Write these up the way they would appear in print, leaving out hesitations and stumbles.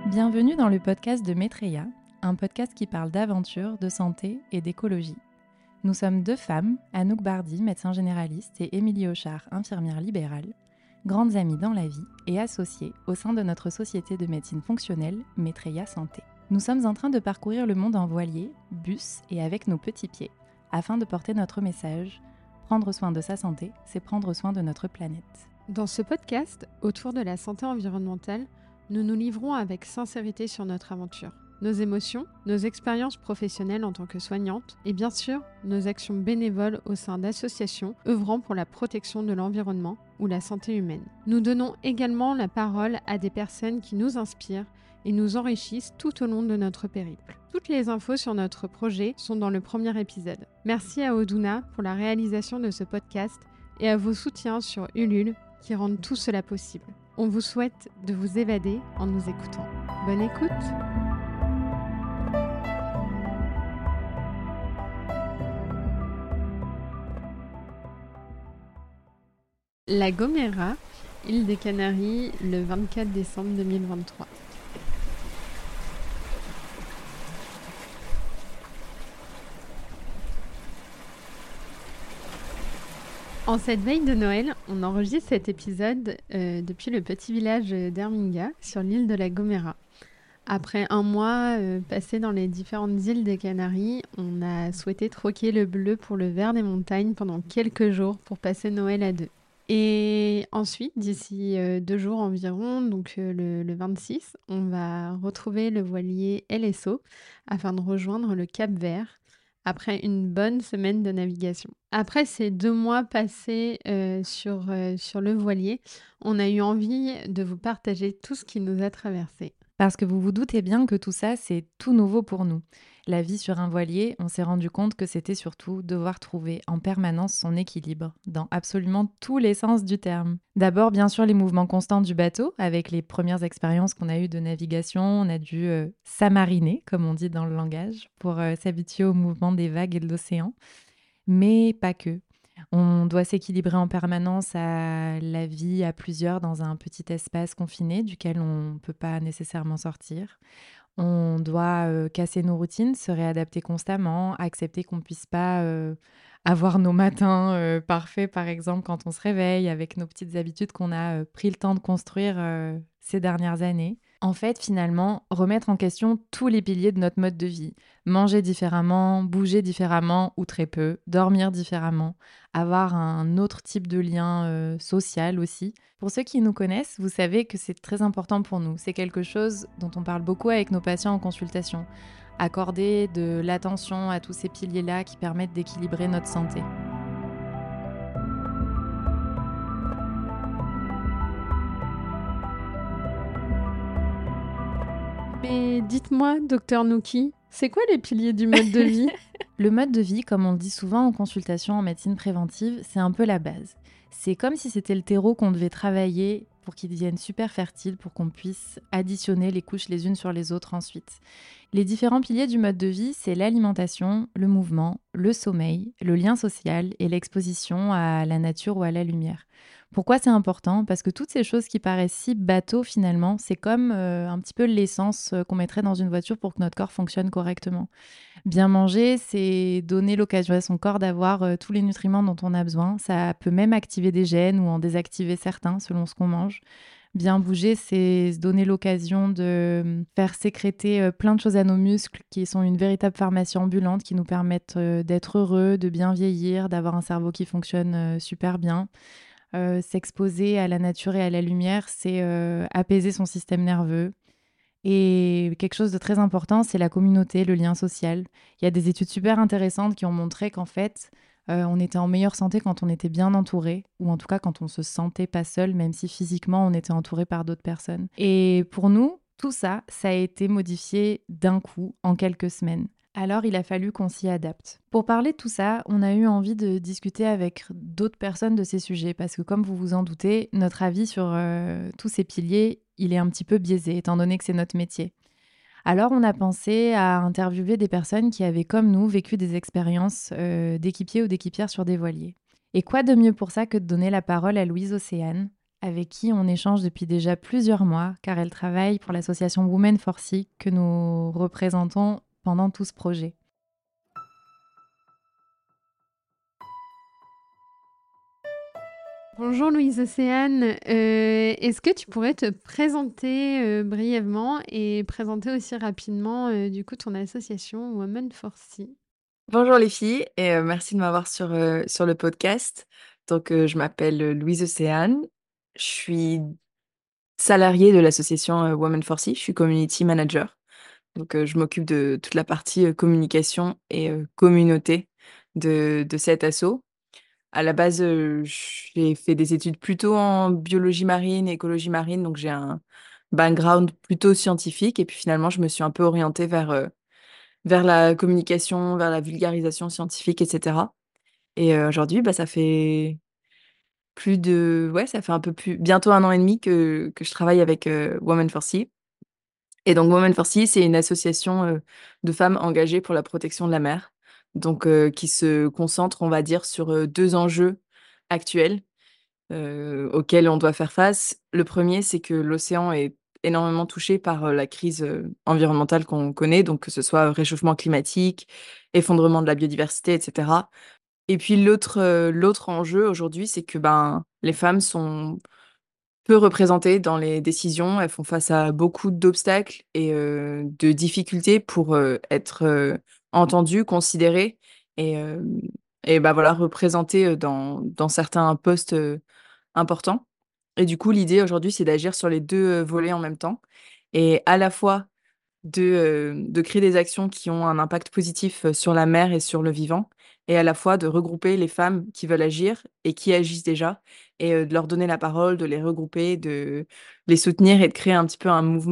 Bienvenue dans le podcast de Maitreya, un podcast qui parle d'aventure, de santé et d'écologie. Nous sommes deux femmes, Anouk Bardi, médecin généraliste, et Émilie Auchard, infirmière libérale, grandes amies dans la vie et associées au sein de notre société de médecine fonctionnelle, Maitreya Santé. Nous sommes en train de parcourir le monde en voilier, bus et avec nos petits pieds, afin de porter notre message. Prendre soin de sa santé, c'est prendre soin de notre planète. Dans ce podcast, autour de la santé environnementale, nous nous livrons avec sincérité sur notre aventure, nos émotions, nos expériences professionnelles en tant que soignantes et bien sûr, nos actions bénévoles au sein d'associations œuvrant pour la protection de l'environnement ou la santé humaine. Nous donnons également la parole à des personnes qui nous inspirent et nous enrichissent tout au long de notre périple. Toutes les infos sur notre projet sont dans le premier épisode. Merci à Oduna pour la réalisation de ce podcast et à vos soutiens sur Ulule qui rendent tout cela possible. On vous souhaite de vous évader en nous écoutant. Bonne écoute! La Gomera, île des Canaries, le 24 décembre 2023. En cette veille de Noël, on enregistre cet épisode depuis le petit village d'Herminga, sur l'île de la Gomera. Après un mois passé dans les différentes îles des Canaries, on a souhaité troquer le bleu pour le vert des montagnes pendant quelques jours pour passer Noël à deux. Et ensuite, d'ici 2 jours environ, donc le 26, on va retrouver le voilier LSO afin de rejoindre le Cap Vert après une bonne semaine de navigation. Après ces 2 mois passés sur le voilier, on a eu envie de vous partager tout ce qui nous a traversé. Parce que vous vous doutez bien que tout ça, c'est tout nouveau pour nous. La vie sur un voilier, on s'est rendu compte que c'était surtout devoir trouver en permanence son équilibre, dans absolument tous les sens du terme. D'abord, bien sûr, les mouvements constants du bateau. Avec les premières expériences qu'on a eues de navigation, on a dû s'amariner, comme on dit dans le langage, pour s'habituer au mouvement des vagues et de l'océan. Mais pas que. On doit s'équilibrer en permanence à la vie à plusieurs dans un petit espace confiné duquel on ne peut pas nécessairement sortir. On doit casser nos routines, se réadapter constamment, accepter qu'on ne puisse pas avoir nos matins parfaits, par exemple, quand on se réveille, avec nos petites habitudes qu'on a pris le temps de construire ces dernières années. En fait, finalement, remettre en question tous les piliers de notre mode de vie. Manger différemment, bouger différemment ou très peu, dormir différemment, avoir un autre type de lien social aussi. Pour ceux qui nous connaissent, vous savez que c'est très important pour nous. C'est quelque chose dont on parle beaucoup avec nos patients en consultation. Accorder de l'attention à tous ces piliers-là qui permettent d'équilibrer notre santé. Mais dites-moi, docteur Nouki, c'est quoi les piliers du mode de vie ? Le mode de vie, comme on le dit souvent en consultation en médecine préventive, c'est un peu la base. C'est comme si c'était le terreau qu'on devait travailler pour qu'il devienne super fertile, pour qu'on puisse additionner les couches les unes sur les autres ensuite. Les différents piliers du mode de vie, c'est l'alimentation, le mouvement, le sommeil, le lien social et l'exposition à la nature ou à la lumière. Pourquoi c'est important ? Parce que toutes ces choses qui paraissent si bateaux finalement, c'est comme un petit peu l'essence qu'on mettrait dans une voiture pour que notre corps fonctionne correctement. Bien manger, c'est donner l'occasion à son corps d'avoir tous les nutriments dont on a besoin. Ça peut même activer des gènes ou en désactiver certains selon ce qu'on mange. Bien bouger, c'est se donner l'occasion de faire sécréter plein de choses à nos muscles qui sont une véritable pharmacie ambulante qui nous permettent d'être heureux, de bien vieillir, d'avoir un cerveau qui fonctionne super bien. S'exposer à la nature et à la lumière, c'est apaiser son système nerveux. Et quelque chose de très important, c'est la communauté, le lien social. Il y a des études super intéressantes qui ont montré qu'en fait, on était en meilleure santé quand on était bien entouré, ou en tout cas quand on se sentait pas seul, même si physiquement on était entouré par d'autres personnes. Et pour nous, tout ça, ça a été modifié d'un coup, en quelques semaines. Alors, il a fallu qu'on s'y adapte. Pour parler de tout ça, on a eu envie de discuter avec d'autres personnes de ces sujets, parce que comme vous vous en doutez, notre avis sur tous ces piliers, il est un petit peu biaisé, étant donné que c'est notre métier. Alors, on a pensé à interviewer des personnes qui avaient, comme nous, vécu des expériences d'équipiers ou d'équipières sur des voiliers. Et quoi de mieux pour ça que de donner la parole à Louise Océane, avec qui on échange depuis déjà plusieurs mois, car elle travaille pour l'association Women for Sea que nous représentons pendant tout ce projet. Bonjour Louise Océane, est-ce que tu pourrais te présenter brièvement et présenter aussi rapidement du coup ton association Women for Sea? Bonjour les filles et merci de m'avoir sur le podcast. Donc je m'appelle Louise Océane. Je suis salariée de l'association Women for Sea. Je suis community manager. Donc je m'occupe de toute la partie communication et communauté de cet asso. À la base, j'ai fait des études plutôt en biologie marine, écologie marine, donc j'ai un background plutôt scientifique. Et puis finalement, je me suis un peu orientée vers la communication, vers la vulgarisation scientifique, etc. Et aujourd'hui, bah, ça fait ça fait un peu plus, bientôt 1 an et demi que je travaille avec Women for Sea. Et donc, Women for Sea, c'est une association de femmes engagées pour la protection de la mer, donc qui se concentre, on va dire, sur 2 enjeux actuels auxquels on doit faire face. Le premier, c'est que l'océan est énormément touché par la crise environnementale qu'on connaît, donc que ce soit réchauffement climatique, effondrement de la biodiversité, etc. Et puis l'autre enjeu aujourd'hui, c'est que ben, les femmes sont peu représentées dans les décisions. Elles font face à beaucoup d'obstacles et de difficultés pour être entendues, considérées et, euh, et bah, voilà, représentées dans certains postes importants. Et du coup, l'idée aujourd'hui, c'est d'agir sur les deux volets en même temps et à la fois de créer des actions qui ont un impact positif sur la mer et sur le vivant, et à la fois de regrouper les femmes qui veulent agir et qui agissent déjà, et de leur donner la parole, de les regrouper, de les soutenir et de créer un petit peu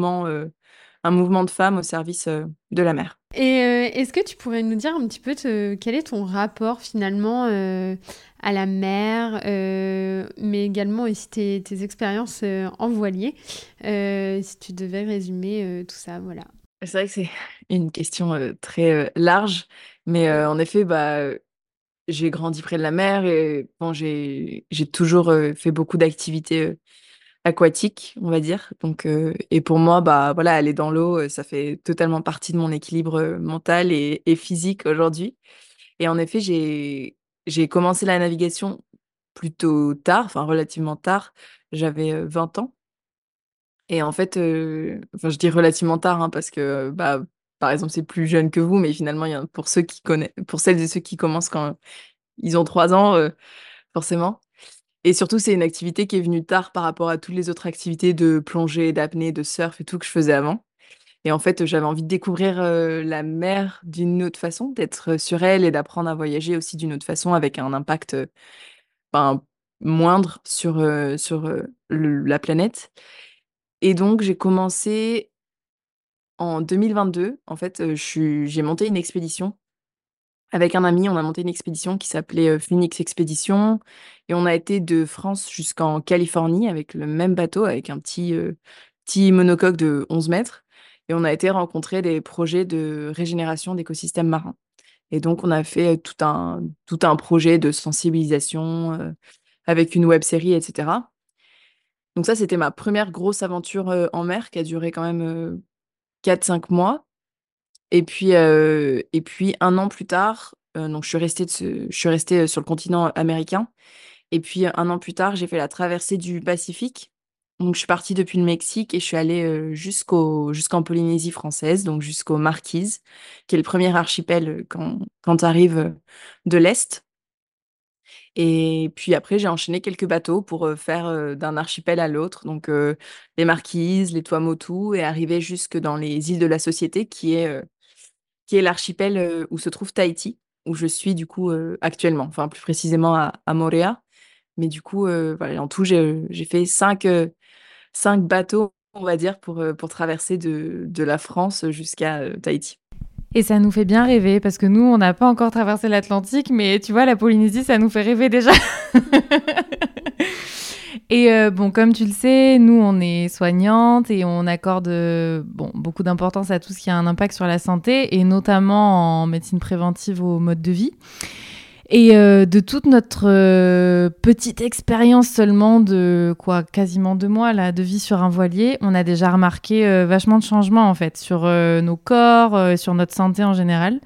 un mouvement de femmes au service de la mer. Et est-ce que tu pourrais nous dire un petit peu quel est ton rapport finalement à la mer, mais également aussi tes expériences en voilier, si tu devais résumer tout ça, voilà. C'est vrai que c'est une question très large, mais en effet, bah, j'ai grandi près de la mer et bon, j'ai toujours fait beaucoup d'activités aquatique, on va dire. Donc, et pour moi, bah voilà, aller dans l'eau, ça fait totalement partie de mon équilibre mental et physique aujourd'hui. Et en effet, j'ai commencé la navigation plutôt tard, enfin relativement tard. J'avais 20 ans. Et en fait, enfin, je dis relativement tard, hein, parce que, bah, par exemple, c'est plus jeune que vous, mais finalement, il y a, pour ceux qui connaissent, pour celles et ceux qui commencent quand ils ont 3 ans, forcément. Et surtout, c'est une activité qui est venue tard par rapport à toutes les autres activités de plongée, d'apnée, de surf et tout que je faisais avant. Et en fait, j'avais envie de découvrir la mer d'une autre façon, d'être sur elle et d'apprendre à voyager aussi d'une autre façon avec un impact ben, moindre sur la planète. Et donc, j'ai commencé en 2022. En fait, j'ai monté une expédition avec un ami. On a monté une expédition qui s'appelait Phoenix Expédition et on a été de France jusqu'en Californie avec le même bateau, avec un petit monocoque de 11 mètres. Et on a été rencontrer des projets de régénération d'écosystèmes marins. Et donc, on a fait tout un projet de sensibilisation avec une web série, etc. Donc ça, c'était ma première grosse aventure en mer qui a duré quand même 4-5 mois. Et puis 1 an plus tard, donc je suis restée sur le continent américain. Et puis 1 an plus tard, j'ai fait la traversée du Pacifique. Donc je suis partie depuis le Mexique et je suis allée jusqu'en Polynésie française, donc jusqu'aux Marquises, qui est le premier archipel quand tu arrives de l'Est. Et puis après, j'ai enchaîné quelques bateaux pour faire d'un archipel à l'autre, donc les Marquises, les Tuamotu, et arriver jusque dans les îles de la Société, qui est l'archipel où se trouve Tahiti, où je suis du coup actuellement, enfin plus précisément à Moorea. Mais du coup, voilà, en tout, j'ai fait 5 bateaux, on va dire, pour traverser de la France jusqu'à Tahiti. Et ça nous fait bien rêver parce que nous, on n'a pas encore traversé l'Atlantique, mais tu vois, la Polynésie, ça nous fait rêver déjà. Et bon, comme tu le sais, nous, on est soignantes et on accorde beaucoup d'importance à tout ce qui a un impact sur la santé et notamment en médecine préventive au mode de vie. Et de toute notre petite expérience seulement de quasiment 2 mois là, de vie sur un voilier, on a déjà remarqué vachement de changements en fait sur nos corps, sur notre santé en général.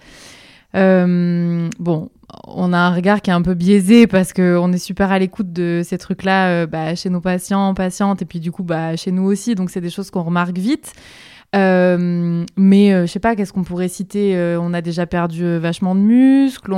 Bon, on a un regard qui est un peu biaisé parce qu'on est super à l'écoute de ces trucs-là chez nos patients, patientes, et puis du coup chez nous aussi, donc c'est des choses qu'on remarque vite. Mais je sais pas, qu'est-ce qu'on pourrait citer. On a déjà perdu vachement de muscles.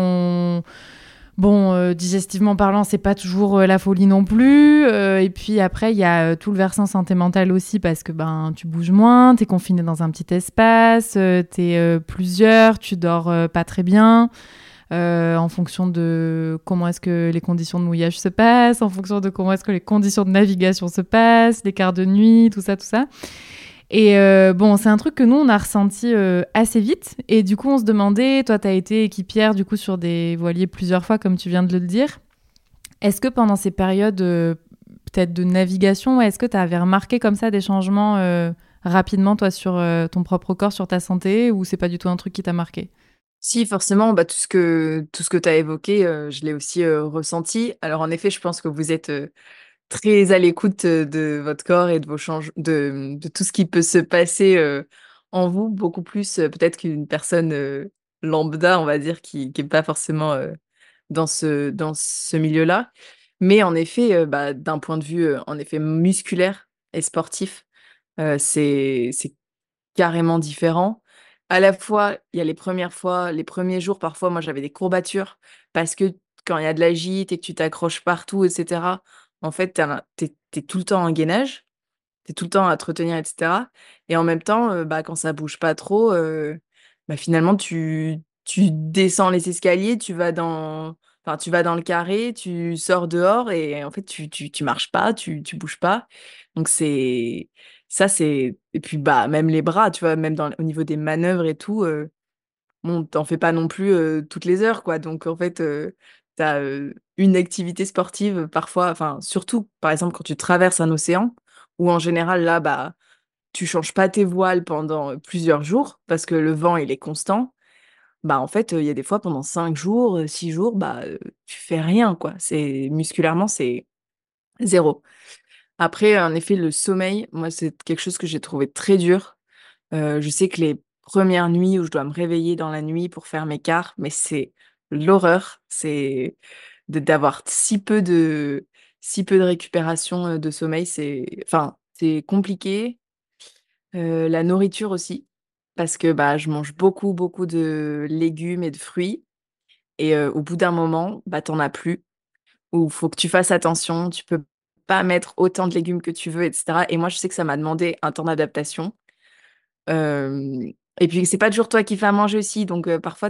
Digestivement parlant, c'est pas toujours la folie non plus. Et puis après, il y a tout le versant santé mentale aussi, parce que tu bouges moins, t'es confiné dans un petit espace, t'es plusieurs, tu dors pas très bien. En fonction de comment est-ce que les conditions de mouillage se passent, en fonction de comment est-ce que les conditions de navigation se passent, les quarts de nuit, tout ça. Et c'est un truc que nous, on a ressenti assez vite. Et du coup, on se demandait, toi, tu as été équipière du coup, sur des voiliers plusieurs fois, comme tu viens de le dire. Est-ce que pendant ces périodes peut-être de navigation, est-ce que tu avais remarqué comme ça des changements rapidement, toi, sur ton propre corps, sur ta santé, ou c'est pas du tout un truc qui t'a marqué? Si, forcément, tout ce que tu as évoqué, je l'ai aussi ressenti. Alors, en effet, je pense que vous êtes très à l'écoute de votre corps et de de tout ce qui peut se passer en vous, beaucoup plus peut-être qu'une personne lambda, on va dire, qui est pas forcément dans ce milieu-là. Mais en effet, d'un point de vue en effet musculaire et sportif, c'est carrément différent. À la fois, il y a les premières fois, les premiers jours, parfois, moi, j'avais des courbatures parce que quand il y a de la gîte et que tu t'accroches partout et cetera, en fait, tu es tout le temps en gainage, tu es tout le temps à te retenir et cetera, et en même temps, quand ça bouge pas trop, finalement, tu descends les escaliers, tu vas dans le carré, tu sors dehors et en fait, tu marches pas, tu bouges pas. Donc c'est et puis, même les bras, tu vois? Même au niveau des manœuvres et tout, bon, tu fais pas non plus, toutes les heures, quoi. Donc en fait, tu as une activité sportive parfois, enfin, surtout, par exemple, quand tu traverses un océan où en général, là, tu changes pas tes voiles pendant plusieurs jours parce que le vent, il est constant. En fait, il y a des fois pendant 5 jours, 6 jours, tu fais rien, quoi. C'est musculairement, c'est zéro. Après, en effet, le sommeil, moi, c'est quelque chose que j'ai trouvé très dur. Je sais que les premières nuits où je dois me réveiller dans la nuit pour faire mes quarts, mais c'est l'horreur. C'est d'avoir si peu de récupération, de sommeil, c'est compliqué. La nourriture aussi, parce que, je mange beaucoup, beaucoup de légumes et de fruits et au bout d'un moment, tu en as plus, ou faut que tu fasses attention, tu peux pas mettre autant de légumes que tu veux et cetera, et moi, je sais que ça m'a demandé un temps d'adaptation. Hem Et puis, c'est pas toujours toi qui fais à manger aussi, donc parfois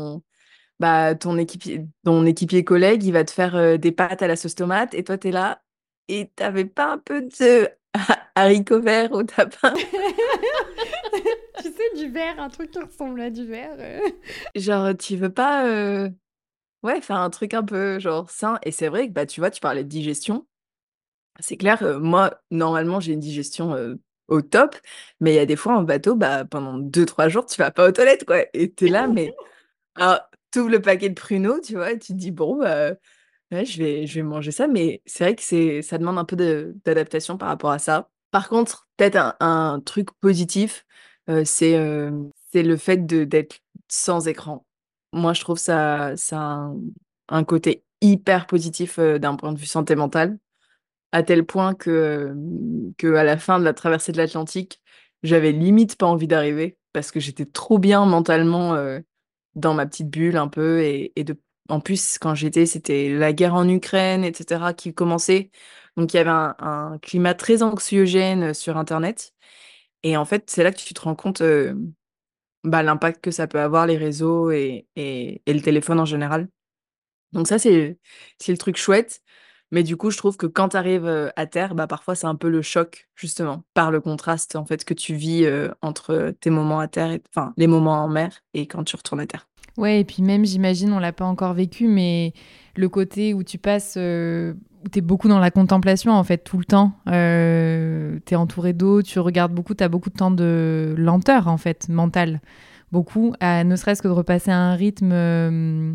ton équipier collègue, il va te faire des pâtes à la sauce tomate et toi, tu es là et tu avais pas un peu de haricots verts au tapin? Tu sais, du verre, un truc qui ressemble à du verre. Genre, tu veux pas, ouais, faire un truc un peu genre sain? Et c'est vrai que, tu vois, tu parlais de digestion. C'est clair, moi, normalement, j'ai une digestion au top, mais il y a des fois en bateau, pendant 2 3 jours, tu vas pas aux toilettes, quoi, et tu es là, mais alors, tu ouvres le paquet de pruneaux, tu vois, et tu te dis: «Bon, ouais, je vais manger ça», mais c'est vrai que ça demande un peu d'adaptation par rapport à ça. Par contre, peut-être un truc positif, c'est le fait d'être sans écran. Moi, je trouve ça a un côté hyper positif, d'un point de vue santé mentale, à tel point qu'à la fin de la traversée de l'Atlantique, j'avais limite pas envie d'arriver parce que j'étais trop bien mentalement, dans ma petite bulle un peu, en plus, quand c'était la guerre en Ukraine et cetera qui commençait. Donc il y avait un climat très anxiogène sur internet, et en fait, c'est là que tu te rends compte, l'impact que ça peut avoir les réseaux et le téléphone en général. Donc ça, c'est le truc chouette, mais du coup, je trouve que quand tu arrives à terre, parfois, c'est un peu le choc, justement, par le contraste, en fait, que tu vis entre tes moments à terre, enfin, les moments en mer et quand tu retournes à terre. Ouais, et puis même, j'imagine, on l'a pas encore vécu, mais le côté où tu passes, où tu es beaucoup dans la contemplation, en fait, tout le temps. Tu es entouré d'eau, tu regardes beaucoup, tu as beaucoup de temps de lenteur, en fait, mentale. Beaucoup, ne serait-ce que de repasser à un rythme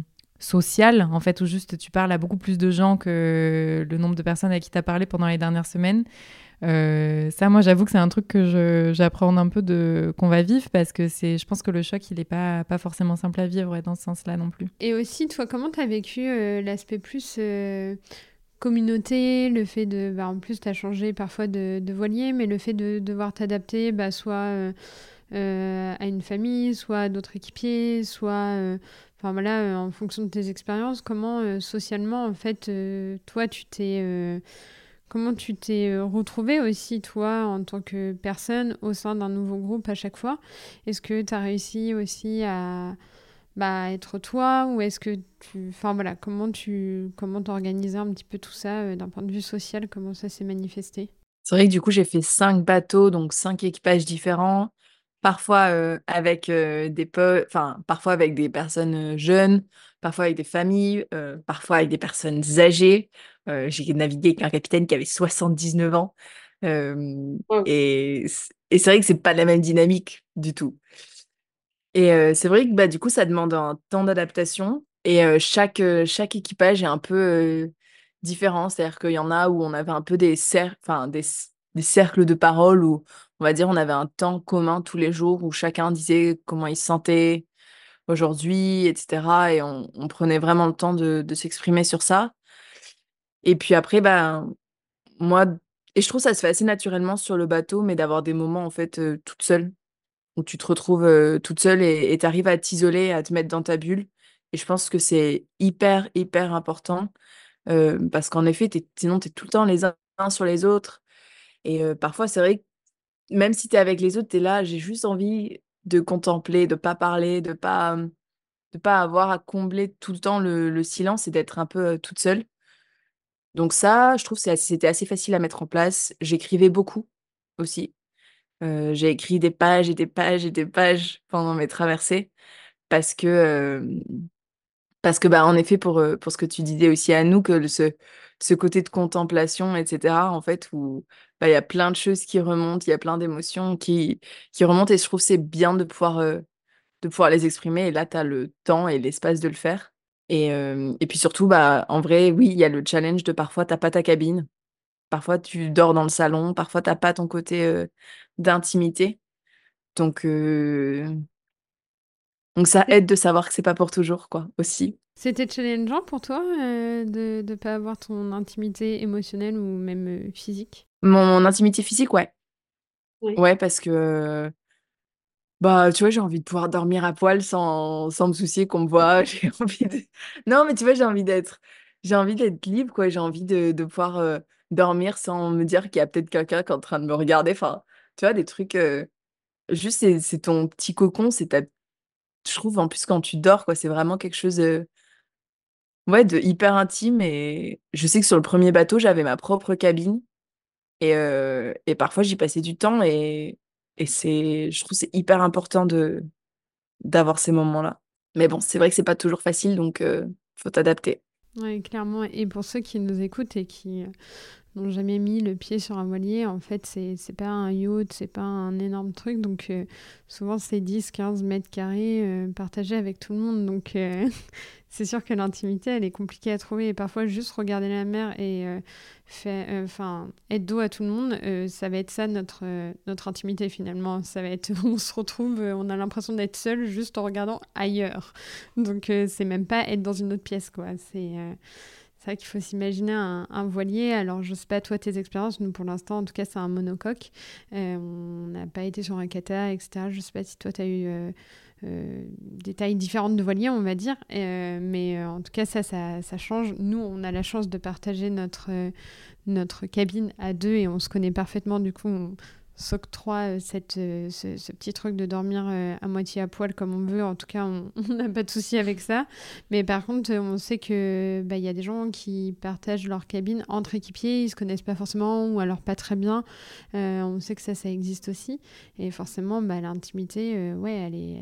social, en fait, où juste tu parles à beaucoup plus de gens que le nombre de personnes à qui tu as parlé pendant les dernières semaines. Ça, moi, j'avoue que c'est un truc que j'appréhende un peu qu'on va vivre parce que je pense que le choc, il n'est pas forcément simple à vivre dans ce sens-là non plus. Et aussi, toi, comment tu as vécu l'aspect plus communauté, le fait de... Bah, en plus, tu as changé parfois de voilier, mais le fait de devoir t'adapter soit à une famille, soit à d'autres équipiers, soit... Enfin voilà, en fonction de tes expériences, comment socialement, en fait, toi, comment tu t'es retrouvé aussi, toi, en tant que personne, au sein d'un nouveau groupe à chaque fois? Est-ce que tu as réussi aussi à être toi ou est-ce que tu... Enfin voilà, comment t'organisais un petit peu tout ça d'un point de vue social, comment ça s'est manifesté? C'est vrai que du coup, j'ai fait 5 bateaux, donc 5 équipages différents, parfois avec des enfin, parfois avec des personnes jeunes, parfois avec des familles, parfois avec des personnes âgées. J'ai navigué avec un capitaine qui avait 79 ans. euh, Ouais. et c'est vrai que c'est pas la même dynamique du tout. Et c'est vrai que bah, du coup, ça demande un temps d'adaptation. Et chaque équipage est un peu différent. C'est-à-dire qu'il y en a où on avait un peu enfin, des cercles de parole où, on va dire, on avait un temps commun tous les jours où chacun disait comment il se sentait aujourd'hui, etc. Et on prenait vraiment le temps de s'exprimer sur ça. Et puis après, bah, moi, et je trouve ça se fait assez naturellement sur le bateau, mais d'avoir des moments, en fait, toute seule où tu te retrouves toute seule et tu arrives à t'isoler, à te mettre dans ta bulle. Et je pense que c'est hyper, hyper important parce qu'en effet, sinon, tu es tout le temps les uns sur les autres. Et parfois, c'est vrai que même si tu es avec les autres, tu es là, j'ai juste envie de contempler, de pas parler, de pas avoir à combler tout le temps le silence et d'être un peu toute seule. Donc ça, je trouve que c'était assez facile à mettre en place. J'écrivais beaucoup aussi. J'ai écrit des pages et des pages et des pages pendant mes traversées parce que, bah, en effet, pour ce que tu disais aussi à nous, que ce côté de contemplation, etc., en fait, où bah, il y a plein de choses qui remontent, il y a plein d'émotions qui remontent et je trouve que c'est bien de pouvoir les exprimer. Et là, tu as le temps et l'espace de le faire. Et puis surtout, bah, en vrai, oui, il y a le challenge de parfois, t'as pas ta cabine. Parfois, tu dors dans le salon. Parfois, t'as pas ton côté d'intimité. Donc, donc ça aide de savoir que c'est pas pour toujours, quoi, aussi. C'était challengeant pour toi de ne pas avoir ton intimité émotionnelle ou même physique? Mon intimité physique, ouais. Oui. Ouais, parce que, bah, tu vois, j'ai envie de pouvoir dormir à poil sans me soucier qu'on me voit. J'ai envie de... Non, mais tu vois, j'ai envie d'être libre, quoi. J'ai envie de pouvoir dormir sans me dire qu'il y a peut-être quelqu'un qui est en train de me regarder. Enfin, tu vois, des trucs... Juste, c'est ton petit cocon, je trouve, en plus, quand tu dors, quoi, c'est vraiment quelque chose... Ouais, de hyper intime. Et je sais que sur le premier bateau, j'avais ma propre cabine. Et parfois, j'y passais du temps. Et je trouve que c'est hyper important d'avoir ces moments-là. Mais bon, c'est vrai que c'est pas toujours facile, donc faut t'adapter. Oui, clairement. Et pour ceux qui nous écoutent et qui n'ont jamais mis le pied sur un voilier, en fait, c'est pas un yacht, c'est pas un énorme truc. Donc, souvent, c'est 10-15 mètres carrés partagés avec tout le monde. Donc, c'est sûr que l'intimité, elle est compliquée à trouver. Et parfois, juste regarder la mer et être dos à tout le monde, ça va être ça notre intimité finalement. Ça va être, on se retrouve, on a l'impression d'être seul juste en regardant ailleurs. Donc, c'est même pas être dans une autre pièce, quoi. C'est vrai qu'il faut s'imaginer un voilier. Alors, je sais pas, toi, tes expériences, nous, pour l'instant, en tout cas, c'est un monocoque. On n'a pas été sur un kata, etc. Je sais pas si toi, tu as eu des tailles différentes de voiliers, on va dire. Mais en tout cas, ça change. Nous, on a la chance de partager notre cabine à deux et on se connaît parfaitement. Du coup, on s'octroie ce petit truc de dormir à moitié à poil comme on veut. En tout cas, on n'a pas de souci avec ça. Mais par contre, on sait que y a des gens qui partagent leur cabine entre équipiers, ils se connaissent pas forcément ou alors pas très bien. On sait que ça existe aussi. Et forcément, l'intimité, ouais,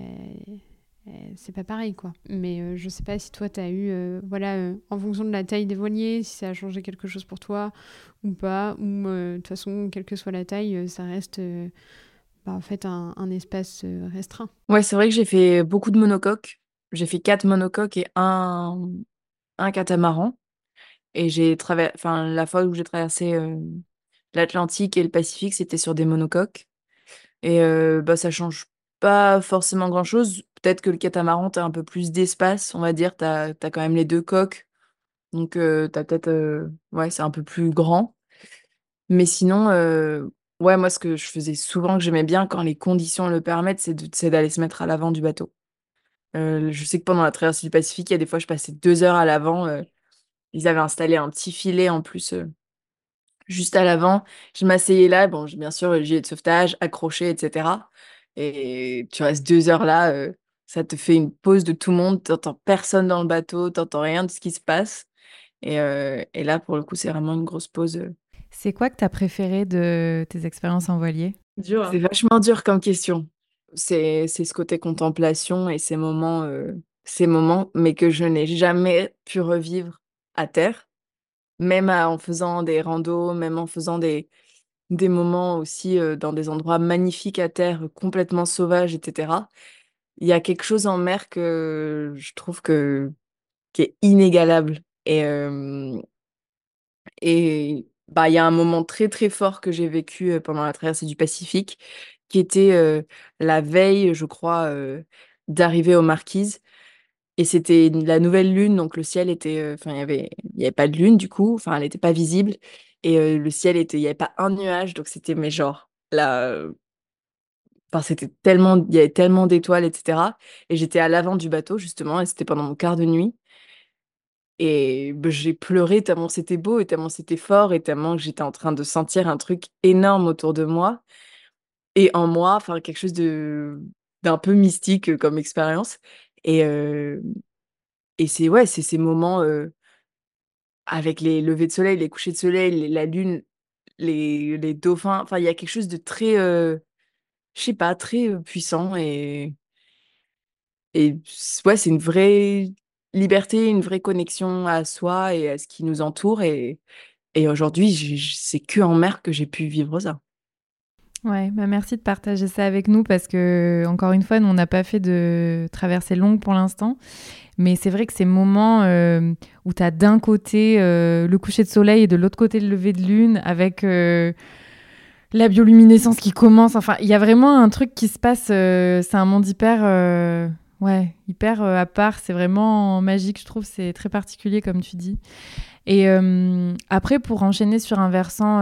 c'est pas pareil, quoi. Mais je sais pas si toi, t'as eu, en fonction de la taille des voiliers, si ça a changé quelque chose pour toi ou pas. Ou de toute façon, quelle que soit la taille, ça reste en fait un espace restreint. Ouais, c'est vrai que j'ai fait beaucoup de monocoques. j'ai fait 4 monocoques et un catamaran. Et enfin, la fois où j'ai traversé l'Atlantique et le Pacifique, c'était sur des monocoques. Et bah, ça change pas forcément grand-chose. Peut-être que le catamaran, t'as un peu plus d'espace, on va dire. T'as quand même les deux coques. Donc, t'as peut-être. Ouais, c'est un peu plus grand. Mais sinon, ouais, moi, ce que je faisais souvent, que j'aimais bien quand les conditions le permettent, c'est d'aller se mettre à l'avant du bateau. Je sais que pendant la traversée du Pacifique, il y a des fois, je passais 2 heures à l'avant. Ils avaient installé un petit filet en plus juste à l'avant. Je m'asseyais là, bon, bien sûr, le gilet de sauvetage, accroché, etc. Et tu restes 2 heures là, ça te fait une pause de tout le monde, t'entends personne dans le bateau, t'entends rien de ce qui se passe. Et là, pour le coup, c'est vraiment une grosse pause. C'est quoi que tu as préféré de tes expériences en voilier? Dur, C'est hein. vachement dur comme question. C'est ce côté contemplation et ces moments, mais que je n'ai jamais pu revivre à terre, même en faisant des randos, même en faisant des moments aussi dans des endroits magnifiques à terre, complètement sauvages, etc. Il y a quelque chose en mer que je trouve qui est inégalable. Et bah, il y a un moment très très fort que j'ai vécu pendant la traversée du Pacifique, qui était la veille, je crois, d'arriver aux Marquises. Et c'était la nouvelle lune, donc le ciel était, enfin, il y avait pas de lune du coup, enfin, elle n'était pas visible. Et le ciel était, il y avait pas un nuage, donc c'était, mais genre, là, enfin, c'était tellement, il y avait tellement d'étoiles, etc. Et j'étais à l'avant du bateau, justement, et c'était pendant mon quart de nuit. Et bah, j'ai pleuré tellement c'était beau et tellement c'était fort et tellement que j'étais en train de sentir un truc énorme autour de moi et en moi, enfin quelque chose d'un peu mystique comme expérience. Et, euh, et c'est ouais, c'est ces moments avec les levées de soleil, les couchers de soleil, la lune, les dauphins. Enfin, il y a quelque chose de très, je sais pas, très puissant ouais, c'est une vraie liberté, une vraie connexion à soi et à ce qui nous entoure. Et aujourd'hui, c'est que en mer que j'ai pu vivre ça. Ouais, bah merci de partager ça avec nous parce que, encore une fois, nous, on n'a pas fait de traversée longue pour l'instant. Mais c'est vrai que ces moments où tu as d'un côté le coucher de soleil et de l'autre côté le lever de lune avec la bioluminescence qui commence. Enfin, il y a vraiment un truc qui se passe. C'est un monde hyper à part. C'est vraiment magique, je trouve. C'est très particulier, comme tu dis. Et après, pour enchaîner sur un versant,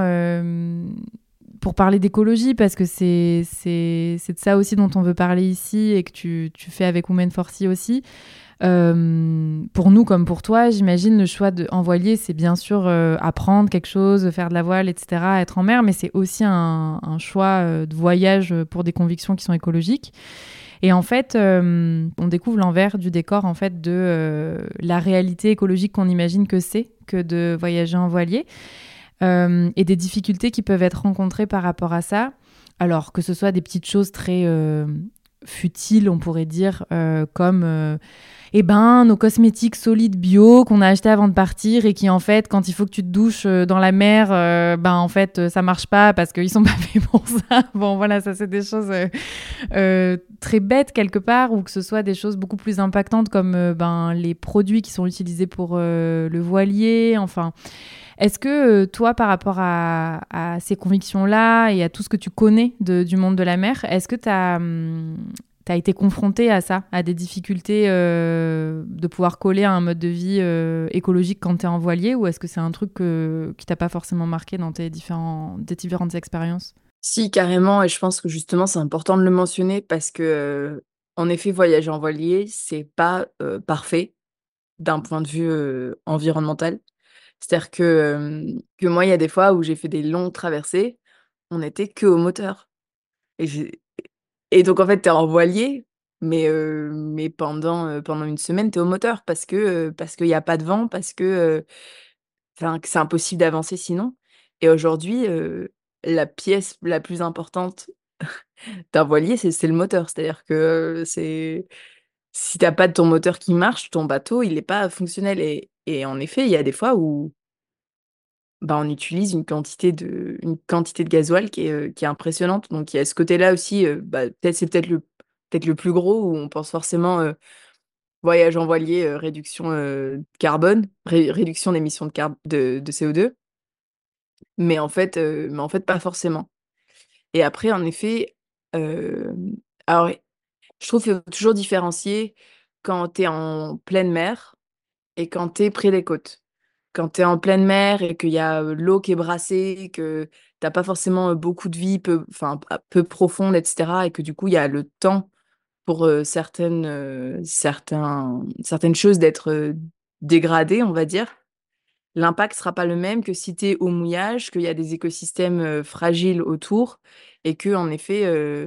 pour parler d'écologie, parce que c'est de ça aussi dont on veut parler ici et que tu fais avec Women for Sea aussi. Pour nous comme pour toi, j'imagine le choix en voilier, c'est bien sûr apprendre quelque chose, faire de la voile, etc., être en mer, mais c'est aussi un choix de voyage pour des convictions qui sont écologiques. Et en fait, on découvre l'envers du décor en fait de la réalité écologique qu'on imagine que c'est que de voyager en voilier et des difficultés qui peuvent être rencontrées par rapport à ça. Alors que ce soit des petites choses très futiles, on pourrait dire, comme nos cosmétiques solides bio qu'on a achetés avant de partir et qui en fait quand il faut que tu te douches dans la mer en fait ça marche pas parce qu'ils sont pas faits pour ça. Bon voilà, ça c'est des choses très bêtes quelque part, ou que ce soit des choses beaucoup plus impactantes comme les produits qui sont utilisés pour le voilier. Enfin, est-ce que toi, par rapport à ces convictions-là et à tout ce que tu connais du monde de la mer, est-ce que tu as été confronté à ça, à des difficultés de pouvoir coller à un mode de vie écologique quand tu es en voilier, ou est-ce que c'est un truc qui t'a pas forcément marqué dans tes différentes expériences? Si, carrément, et je pense que justement, c'est important de le mentionner parce que, en effet, voyager en voilier, c'est pas parfait d'un point de vue environnemental. C'est-à-dire que moi, il y a des fois où j'ai fait des longues traversées, on n'était que au moteur. Et, et donc, en fait, t'es en voilier, mais pendant une semaine, t'es au moteur parce qu'il n'y a pas de vent, enfin, que c'est impossible d'avancer sinon. Et aujourd'hui, la pièce la plus importante d'un voilier, c'est le moteur. C'est-à-dire que si t'as pas de ton moteur qui marche, ton bateau, il n'est pas fonctionnel. Et en effet, il y a des fois où bah, on utilise une quantité de gasoil qui est impressionnante. Donc il y a ce côté-là aussi, c'est peut-être le plus gros où on pense forcément voyage en voilier, réduction carbone, réduction d'émissions de CO2, mais en fait pas forcément. Et après, en effet, euh, alors je trouve qu'il faut toujours différencier quand tu es en pleine mer et quand tu es près des côtes. Quand tu es en pleine mer et qu'il y a l'eau qui est brassée, que t'as pas forcément beaucoup de vie, enfin, peu profonde, etc. Et que du coup, il y a le temps pour certaines choses d'être dégradées, on va dire. L'impact sera pas le même que si tu es au mouillage, qu'il y a des écosystèmes fragiles autour et que, en effet,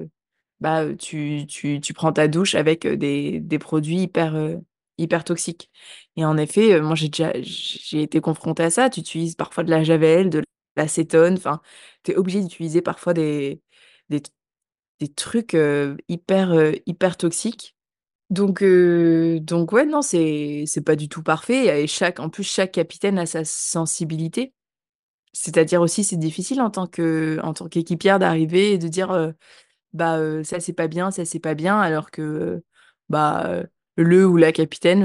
tu prends ta douche avec des produits hyper toxiques. Et en effet, moi, j'ai été confrontée à ça. Tu utilises parfois de la javel, de l'acétone. Enfin, tu es obligé d'utiliser parfois des, des trucs hyper toxiques. Donc ouais, non, c'est pas du tout parfait. Et en plus, chaque capitaine a sa sensibilité. C'est-à-dire aussi, c'est difficile en tant qu'équipière d'arriver et de dire ça ça c'est pas bien, alors que bah le ou la capitaine,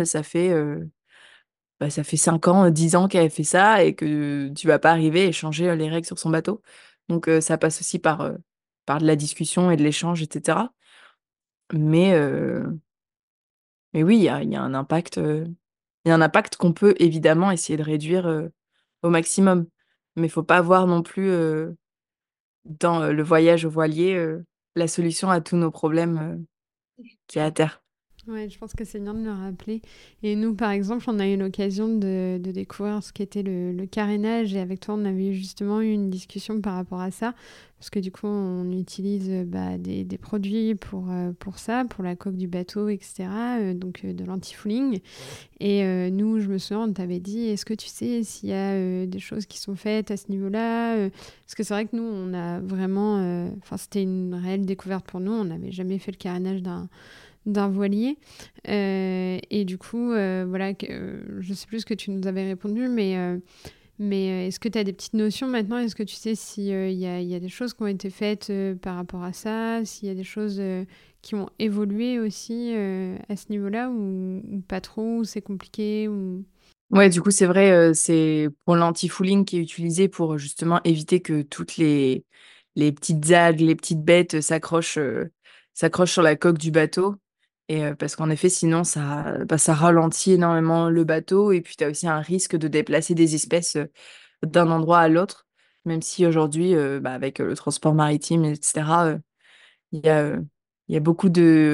ça fait 5 ans, 10 ans qu'elle fait ça et que tu vas pas arriver et changer les règles sur son bateau. Donc ça passe aussi par de la discussion et de l'échange, etc. Mais, euh, mais oui, il y a un impact qu'on peut évidemment essayer de réduire au maximum. Mais il faut pas voir non plus dans le voyage au voilier la solution à tous nos problèmes qui est à terre. Ouais, je pense que c'est bien de le rappeler. Et nous, par exemple, on a eu l'occasion de découvrir ce qu'était le carénage. Et avec toi, on avait justement eu une discussion par rapport à ça. Parce que du coup, on utilise des produits pour ça, pour la coque du bateau, etc. Donc de l'anti-fouling. Et nous, je me souviens, on t'avait dit, est-ce que tu sais s'il y a des choses qui sont faites à ce niveau-là Parce que c'est vrai que nous, on a vraiment... Enfin, c'était une réelle découverte pour nous. On n'avait jamais fait le carénage d'un voilier. Et du coup, voilà, je sais plus ce que tu nous avais répondu, mais est-ce que tu as des petites notions maintenant? Est-ce que tu sais s'il y a des choses qui ont été faites par rapport à ça, s'il y a des choses qui ont évolué aussi à ce niveau-là, ou pas trop, ou c'est compliqué ou... Ouais, du coup, c'est vrai, c'est pour l'anti-fouling qui est utilisé pour justement éviter que toutes les petites algues, les petites bêtes s'accrochent sur la coque du bateau. Et parce qu'en effet, sinon, ça ralentit énormément le bateau. Et puis, tu as aussi un risque de déplacer des espèces d'un endroit à l'autre. Même si aujourd'hui, avec le transport maritime, etc., il y a, euh, il y a beaucoup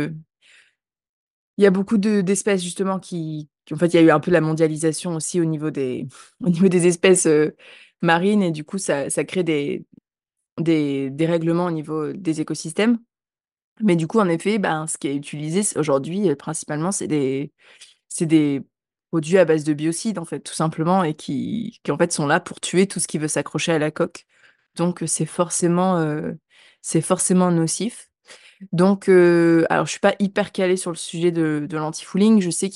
d'espèces justement en fait, il y a eu un peu la mondialisation aussi au niveau au niveau des espèces marines et du coup, ça crée des règlements au niveau des écosystèmes. Mais du coup, en effet, ben, ce qui est utilisé aujourd'hui, principalement, c'est des produits à base de biocides, en fait, tout simplement, et qui en fait sont là pour tuer tout ce qui veut s'accrocher à la coque. Donc, c'est forcément nocif. Donc, alors je suis pas hyper calée sur le sujet de l'anti-fouling. Je sais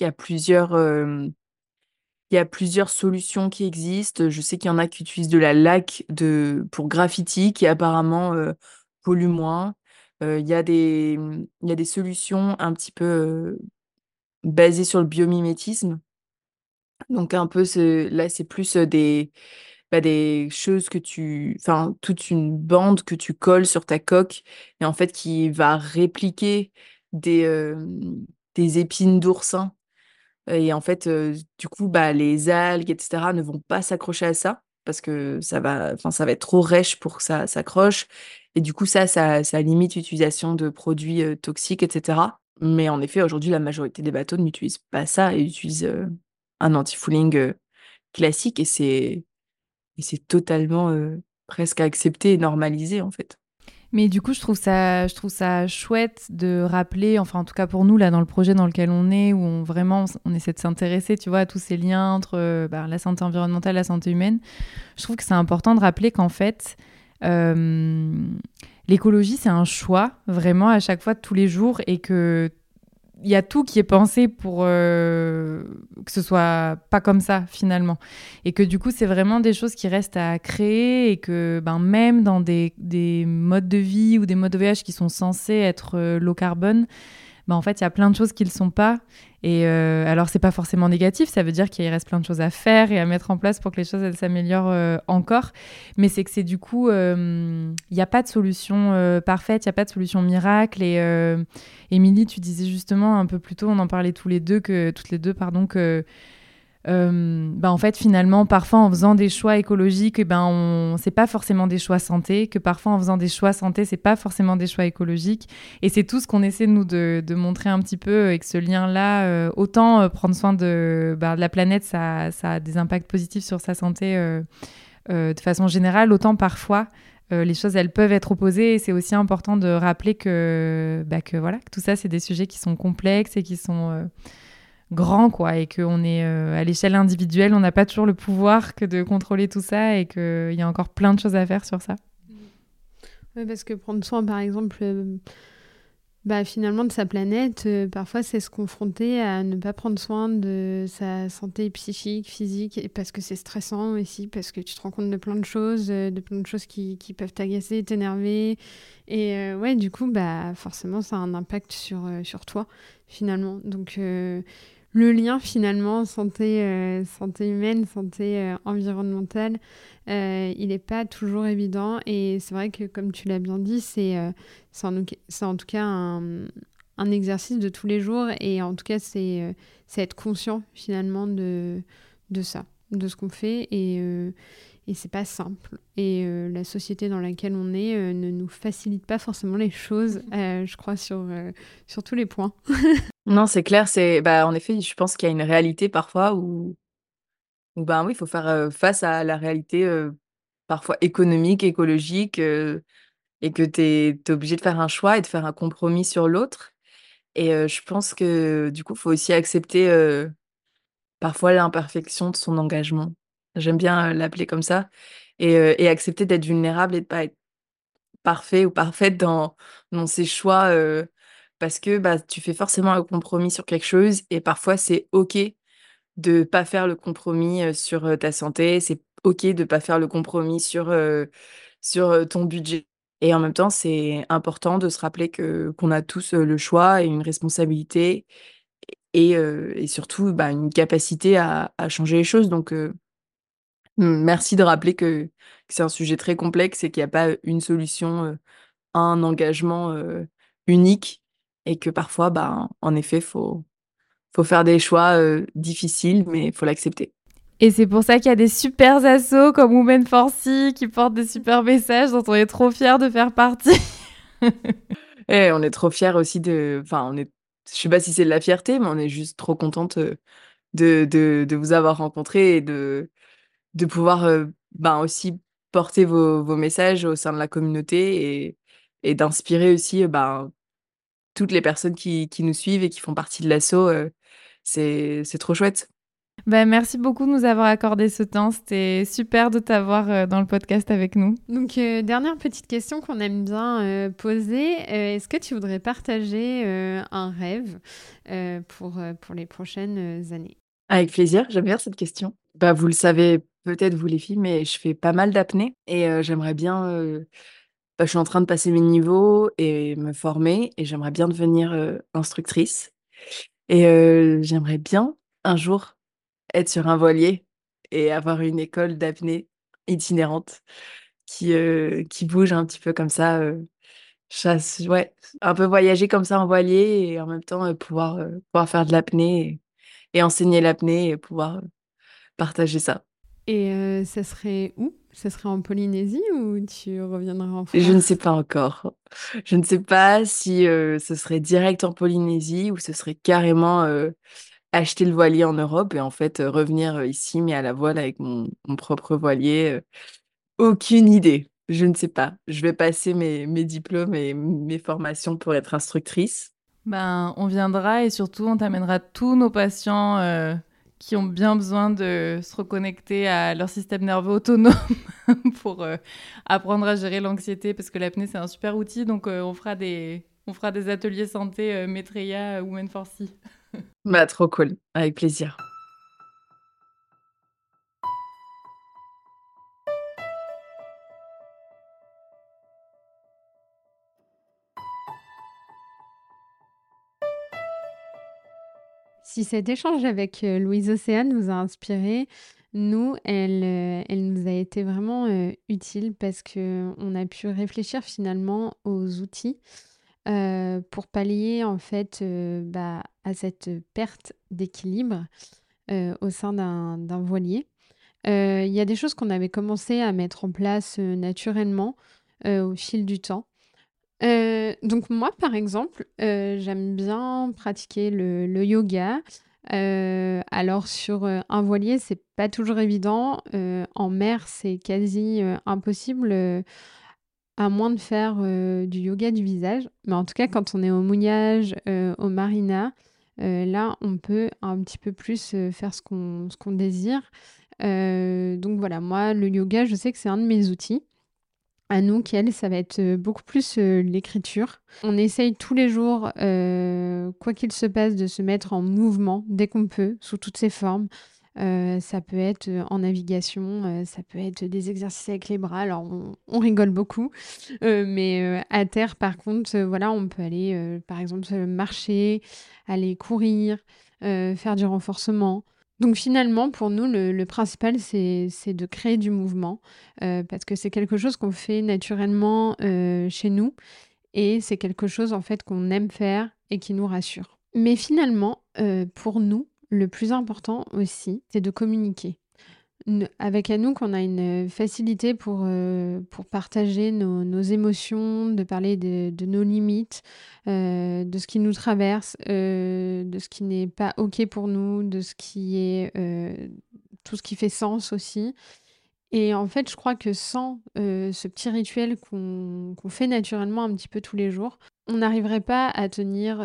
il y a plusieurs solutions qui existent. Je sais qu'il y en a qui utilisent de la laque pour graffiti qui apparemment pollue moins. Il y a des solutions un petit peu basées sur le biomimétisme. Donc un peu, là, c'est plus des choses enfin, toute une bande que tu colles sur ta coque et en fait qui va répliquer des, euh, des épines d'oursin. Et en fait, du coup, les algues, etc., ne vont pas s'accrocher à ça parce que enfin, ça va être trop rêche pour que ça s'accroche. Et du coup, ça limite l'utilisation de produits toxiques, etc. Mais en effet, aujourd'hui, la majorité des bateaux n'utilisent pas ça et utilisent un anti-fouling classique et c'est totalement presque accepté et normalisé, en fait. Mais du coup, je trouve ça chouette de rappeler, enfin en tout cas pour nous là dans le projet dans lequel on est, où on essaie de s'intéresser, tu vois, à tous ces liens entre la santé environnementale, la santé humaine. Je trouve que c'est important de rappeler qu'en fait, euh, l'écologie c'est un choix vraiment à chaque fois de tous les jours et que il y a tout qui est pensé pour que ce soit pas comme ça finalement. Et que du coup, c'est vraiment des choses qui restent à créer et que même dans des modes de vie ou des modes de voyage qui sont censés être low carbone, bah, en fait, il y a plein de choses qui ne le sont pas. Et alors, c'est pas forcément négatif, ça veut dire qu'il reste plein de choses à faire et à mettre en place pour que les choses elles s'améliorent encore. Mais c'est que c'est du coup, il n'y a pas de solution parfaite, il n'y a pas de solution miracle. Et Émilie, tu disais justement un peu plus tôt, on en parlait toutes les deux, que bah en fait, finalement, parfois en faisant des choix écologiques, c'est pas forcément des choix santé, que parfois en faisant des choix santé, c'est pas forcément des choix écologiques. Et c'est tout ce qu'on essaie de montrer un petit peu, et que ce lien-là, autant prendre soin de la planète, ça a des impacts positifs sur sa santé de façon générale, autant parfois les choses elles peuvent être opposées. Et c'est aussi important de rappeler que voilà, que tout ça c'est des sujets qui sont complexes et qui sont grands, quoi, et qu'on est à l'échelle individuelle, on n'a pas toujours le pouvoir que de contrôler tout ça, et qu'il y a encore plein de choses à faire sur ça. Oui, parce que prendre soin, par exemple, finalement de sa planète, parfois c'est se confronter à ne pas prendre soin de sa santé psychique, physique, et parce que c'est stressant aussi, parce que tu te rends compte de plein de choses, qui peuvent t'agacer, t'énerver. Et ouais, du coup, forcément, ça a un impact sur toi, finalement. Donc, le lien, finalement, santé humaine, santé environnementale, il n'est pas toujours évident. Et c'est vrai que, comme tu l'as bien dit, c'est en tout cas un exercice de tous les jours. Et en tout cas, c'est être conscient, finalement, de ça, de ce qu'on fait. Et c'est pas simple. Et la société dans laquelle on est ne nous facilite pas forcément les choses, je crois, sur tous les points. Non, c'est clair, en effet, je pense qu'il y a une réalité parfois où ben oui, il faut faire face à la réalité parfois économique, écologique, et que tu es obligé de faire un choix et de faire un compromis sur l'autre. Et je pense que du coup, il faut aussi accepter parfois l'imperfection de son engagement. J'aime bien l'appeler comme ça. Et accepter d'être vulnérable et de pas être parfait ou parfaite dans ses choix, parce que bah, tu fais forcément un compromis sur quelque chose et parfois c'est OK de pas faire le compromis sur ta santé, c'est OK de pas faire le compromis sur ton budget. Et en même temps, c'est important de se rappeler qu'on a tous le choix et une responsabilité et surtout bah, une capacité à changer les choses. Donc, merci de rappeler que c'est un sujet très complexe et qu'il n'y a pas une solution, un engagement unique et que parfois, bah, en effet, faut faire des choix difficiles, mais il faut l'accepter. Et c'est pour ça qu'il y a des super assos comme Women for Sea qui portent des super messages dont on est trop fiers de faire partie. Et on est trop fiers aussi je sais pas si c'est de la fierté, mais on est juste trop contente de vous avoir rencontré et de pouvoir ben aussi porter vos messages au sein de la communauté et d'inspirer aussi toutes les personnes qui nous suivent et qui font partie de l'asso. C'est trop chouette. Merci beaucoup de nous avoir accordé ce temps. C'était super de t'avoir dans le podcast avec nous. Donc, dernière petite question qu'on aime bien poser. Est-ce que tu voudrais partager un rêve pour les prochaines années? Avec plaisir, j'aime bien cette question. Bah, vous le savez peut-être, vous les filles, mais je fais pas mal d'apnée et j'aimerais bien. Je suis en train de passer mes niveaux et me former et j'aimerais bien devenir instructrice. Et j'aimerais bien un jour être sur un voilier et avoir une école d'apnée itinérante qui bouge un petit peu comme ça. Ouais, un peu voyager comme ça en voilier et en même temps pouvoir faire de l'apnée et enseigner l'apnée et pouvoir partager ça. Et ça serait où? Ça serait en Polynésie ou tu reviendras en Je ne sais France? pas encore. Je ne sais pas si ce serait direct en Polynésie ou ce serait carrément acheter le voilier en Europe et en fait revenir ici, mais à la voile avec mon propre voilier. Aucune idée. Je ne sais pas. Je vais passer mes diplômes et mes formations pour être instructrice. On viendra et surtout on t'amènera tous nos patients qui ont bien besoin de se reconnecter à leur système nerveux autonome pour apprendre à gérer l'anxiété parce que l'apnée c'est un super outil. Donc on fera des ateliers santé Maitreya Women for Sea. Bah, trop cool. Avec plaisir. Si cet échange avec Louise Océane vous a inspiré, nous, elle nous a été vraiment utile parce qu'on a pu réfléchir finalement aux outils pour pallier en fait à cette perte d'équilibre au sein d'un voilier. Il y a des choses qu'on avait commencé à mettre en place naturellement au fil du temps. Donc moi, par exemple, j'aime bien pratiquer le yoga. Alors sur, un voilier, c'est pas toujours évident. En mer, c'est quasi, impossible, à moins de faire, du yoga du visage. Mais en tout cas, quand on est au mouillage, au marina, là, on peut un petit peu plus, faire ce qu'on désire. Donc voilà, moi, le yoga, je sais que c'est un de mes outils. À nous, qu'elle, ça va être beaucoup plus l'écriture. On essaye tous les jours, quoi qu'il se passe, de se mettre en mouvement dès qu'on peut, sous toutes ses formes. Ça peut être en navigation, ça peut être des exercices avec les bras. Alors, on rigole beaucoup, mais à terre, par contre, voilà, on peut aller, par exemple, marcher, aller courir, faire du renforcement. Donc finalement, pour nous, le principal, c'est de créer du mouvement, parce que c'est quelque chose qu'on fait naturellement chez nous et c'est quelque chose en fait qu'on aime faire et qui nous rassure. Mais finalement, pour nous, le plus important aussi, c'est de communiquer. Avec Anouk, on a une facilité pour partager nos émotions, de parler de nos limites, de ce qui nous traverse, de ce qui n'est pas OK pour nous, de ce qui est tout ce qui fait sens aussi. Et en fait, je crois que sans ce petit rituel qu'on fait naturellement un petit peu tous les jours, on n'arriverait pas à tenir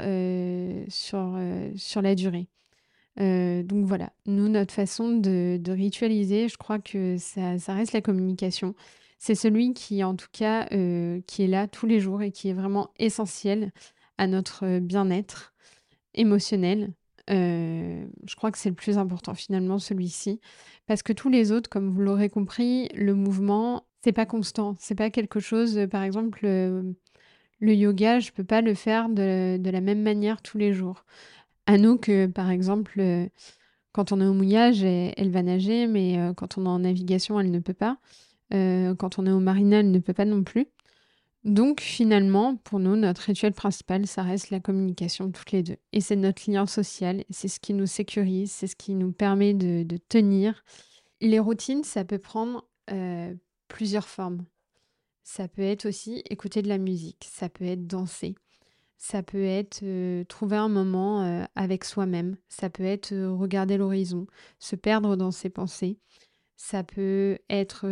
sur la durée. Donc voilà, nous, notre façon de ritualiser, je crois que ça reste la communication. C'est celui qui, en tout cas, qui est là tous les jours et qui est vraiment essentiel à notre bien-être émotionnel. Je crois que c'est le plus important finalement, celui-ci. Parce que tous les autres, comme vous l'aurez compris, le mouvement, c'est pas constant. C'est pas quelque chose, par exemple, le yoga, je peux pas le faire de la même manière tous les jours. Anouk, par exemple, quand on est au mouillage, elle va nager, mais quand on est en navigation, elle ne peut pas. Quand on est au marina, elle ne peut pas non plus. Donc finalement, pour nous, notre rituel principal, ça reste la communication toutes les deux. Et c'est notre lien social, c'est ce qui nous sécurise, c'est ce qui nous permet de tenir. Les routines, ça peut prendre plusieurs formes. Ça peut être aussi écouter de la musique, ça peut être danser, ça peut être trouver un moment avec soi-même, ça peut être regarder l'horizon, se perdre dans ses pensées, ça peut être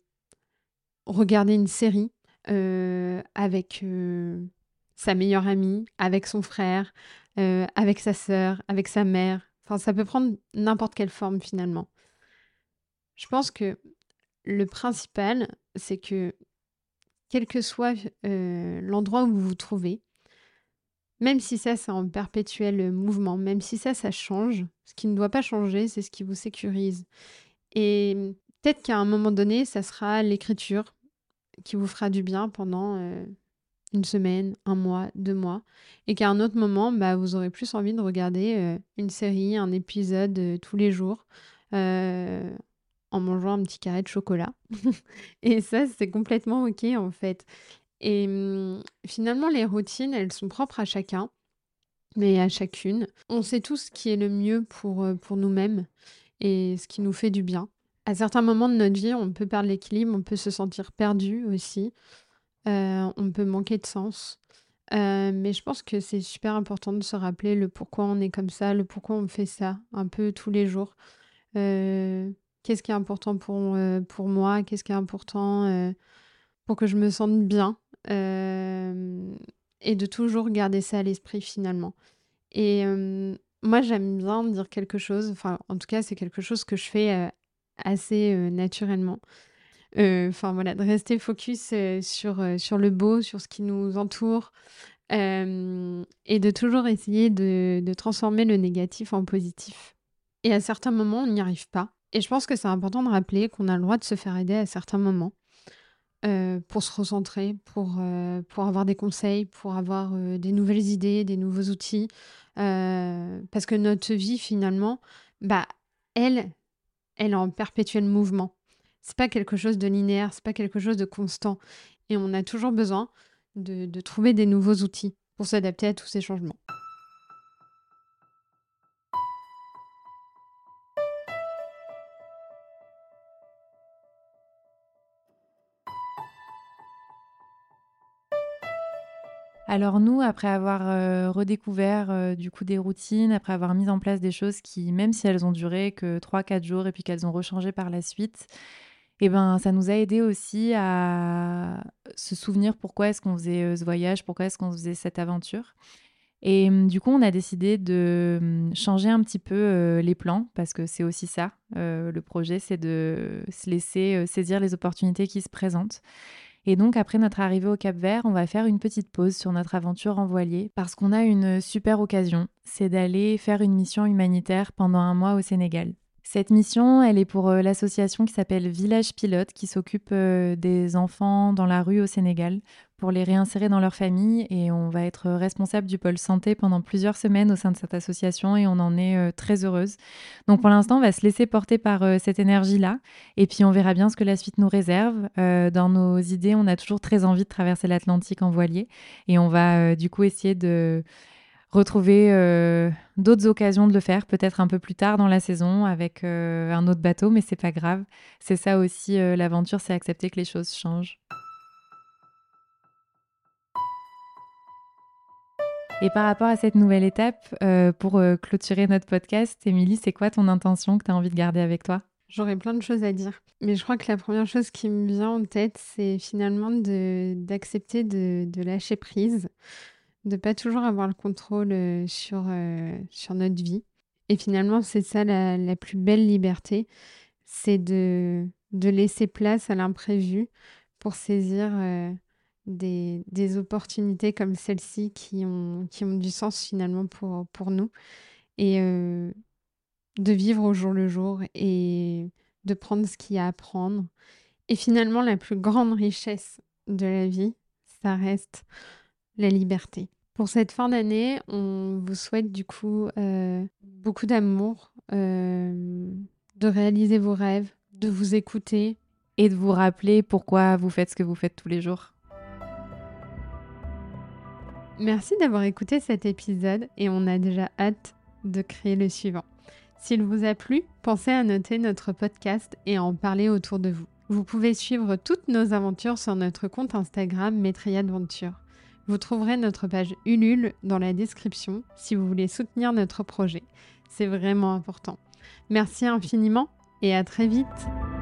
regarder une série avec sa meilleure amie, avec son frère, avec sa sœur, avec sa mère. Enfin, ça peut prendre n'importe quelle forme finalement. Je pense que le principal, c'est que quel que soit l'endroit où vous vous trouvez, même si ça, c'est en perpétuel mouvement, même si ça change, ce qui ne doit pas changer, c'est ce qui vous sécurise. Et peut-être qu'à un moment donné, ça sera l'écriture qui vous fera du bien pendant une semaine, un mois, 2 mois, et qu'à un autre moment, vous aurez plus envie de regarder une série, un épisode tous les jours, euh, en mangeant un petit carré de chocolat. Et ça, c'est complètement OK en fait. Et finalement, les routines, elles sont propres à chacun, mais à chacune. On sait tous ce qui est le mieux pour nous-mêmes et ce qui nous fait du bien. À certains moments de notre vie, on peut perdre l'équilibre, on peut se sentir perdu aussi, on peut manquer de sens. Mais je pense que c'est super important de se rappeler le pourquoi on est comme ça, le pourquoi on fait ça, un peu tous les jours. Qu'est-ce qui est important pour moi? Qu'est-ce qui est important pour que je me sente bien? Hem Et de toujours garder ça à l'esprit finalement. Et moi, j'aime bien dire quelque chose, enfin, en tout cas, c'est quelque chose que je fais assez naturellement. Enfin, voilà, de rester focus sur le beau, sur ce qui nous entoure, et de toujours essayer de transformer le négatif en positif. Et à certains moments, on n'y arrive pas. Et je pense que c'est important de rappeler qu'on a le droit de se faire aider à certains moments. pour se recentrer, pour avoir des conseils, pour avoir des nouvelles idées, des nouveaux outils. Parce que notre vie, finalement, bah, elle, elle est en perpétuel mouvement. C'est pas quelque chose de linéaire, c'est pas quelque chose de constant. Et on a toujours besoin de trouver des nouveaux outils pour s'adapter à tous ces changements. Alors nous, après avoir redécouvert du coup des routines, après avoir mis en place des choses qui, même si elles ont duré que 3-4 jours et puis qu'elles ont rechangé par la suite, eh ben, ça nous a aidé aussi à se souvenir pourquoi est-ce qu'on faisait ce voyage, pourquoi est-ce qu'on faisait cette aventure. Et du coup, on a décidé de changer un petit peu les plans, parce que c'est aussi ça. Le projet, c'est de se laisser saisir les opportunités qui se présentent. Et donc, après notre arrivée au Cap-Vert, on va faire une petite pause sur notre aventure en voilier, parce qu'on a une super occasion, c'est d'aller faire une mission humanitaire pendant un mois au Sénégal. Cette mission, elle est pour l'association qui s'appelle Village Pilote, qui s'occupe des enfants dans la rue au Sénégal pour les réinsérer dans leur famille. Et on va être responsable du pôle santé pendant plusieurs semaines au sein de cette association et on en est très heureuse. Donc pour l'instant, on va se laisser porter par cette énergie-là et puis on verra bien ce que la suite nous réserve. Dans nos idées, on a toujours très envie de traverser l'Atlantique en voilier et on va du coup essayer de retrouver d'autres occasions de le faire, peut-être un peu plus tard dans la saison avec un autre bateau, mais c'est pas grave. C'est ça aussi l'aventure, c'est accepter que les choses changent. Et par rapport à cette nouvelle étape, pour clôturer notre podcast, Émilie, c'est quoi ton intention que tu as envie de garder avec toi? J'aurais plein de choses à dire. Mais je crois que la première chose qui me vient en tête, c'est finalement d'accepter de lâcher prise, de pas toujours avoir le contrôle sur notre vie. Et finalement, c'est ça la plus belle liberté, c'est de laisser place à l'imprévu pour saisir des opportunités comme celle-ci qui ont du sens finalement pour nous. Et de vivre au jour le jour et de prendre ce qu'il y a à prendre. Et finalement, la plus grande richesse de la vie, ça reste la liberté. Pour cette fin d'année, on vous souhaite du coup beaucoup d'amour, de réaliser vos rêves, de vous écouter. Et de vous rappeler pourquoi vous faites ce que vous faites tous les jours. Merci d'avoir écouté cet épisode et on a déjà hâte de créer le suivant. S'il vous a plu, pensez à noter notre podcast et à en parler autour de vous. Vous pouvez suivre toutes nos aventures sur notre compte Instagram Métriadventure. Vous trouverez notre page Ulule dans la description si vous voulez soutenir notre projet. C'est vraiment important. Merci infiniment et à très vite.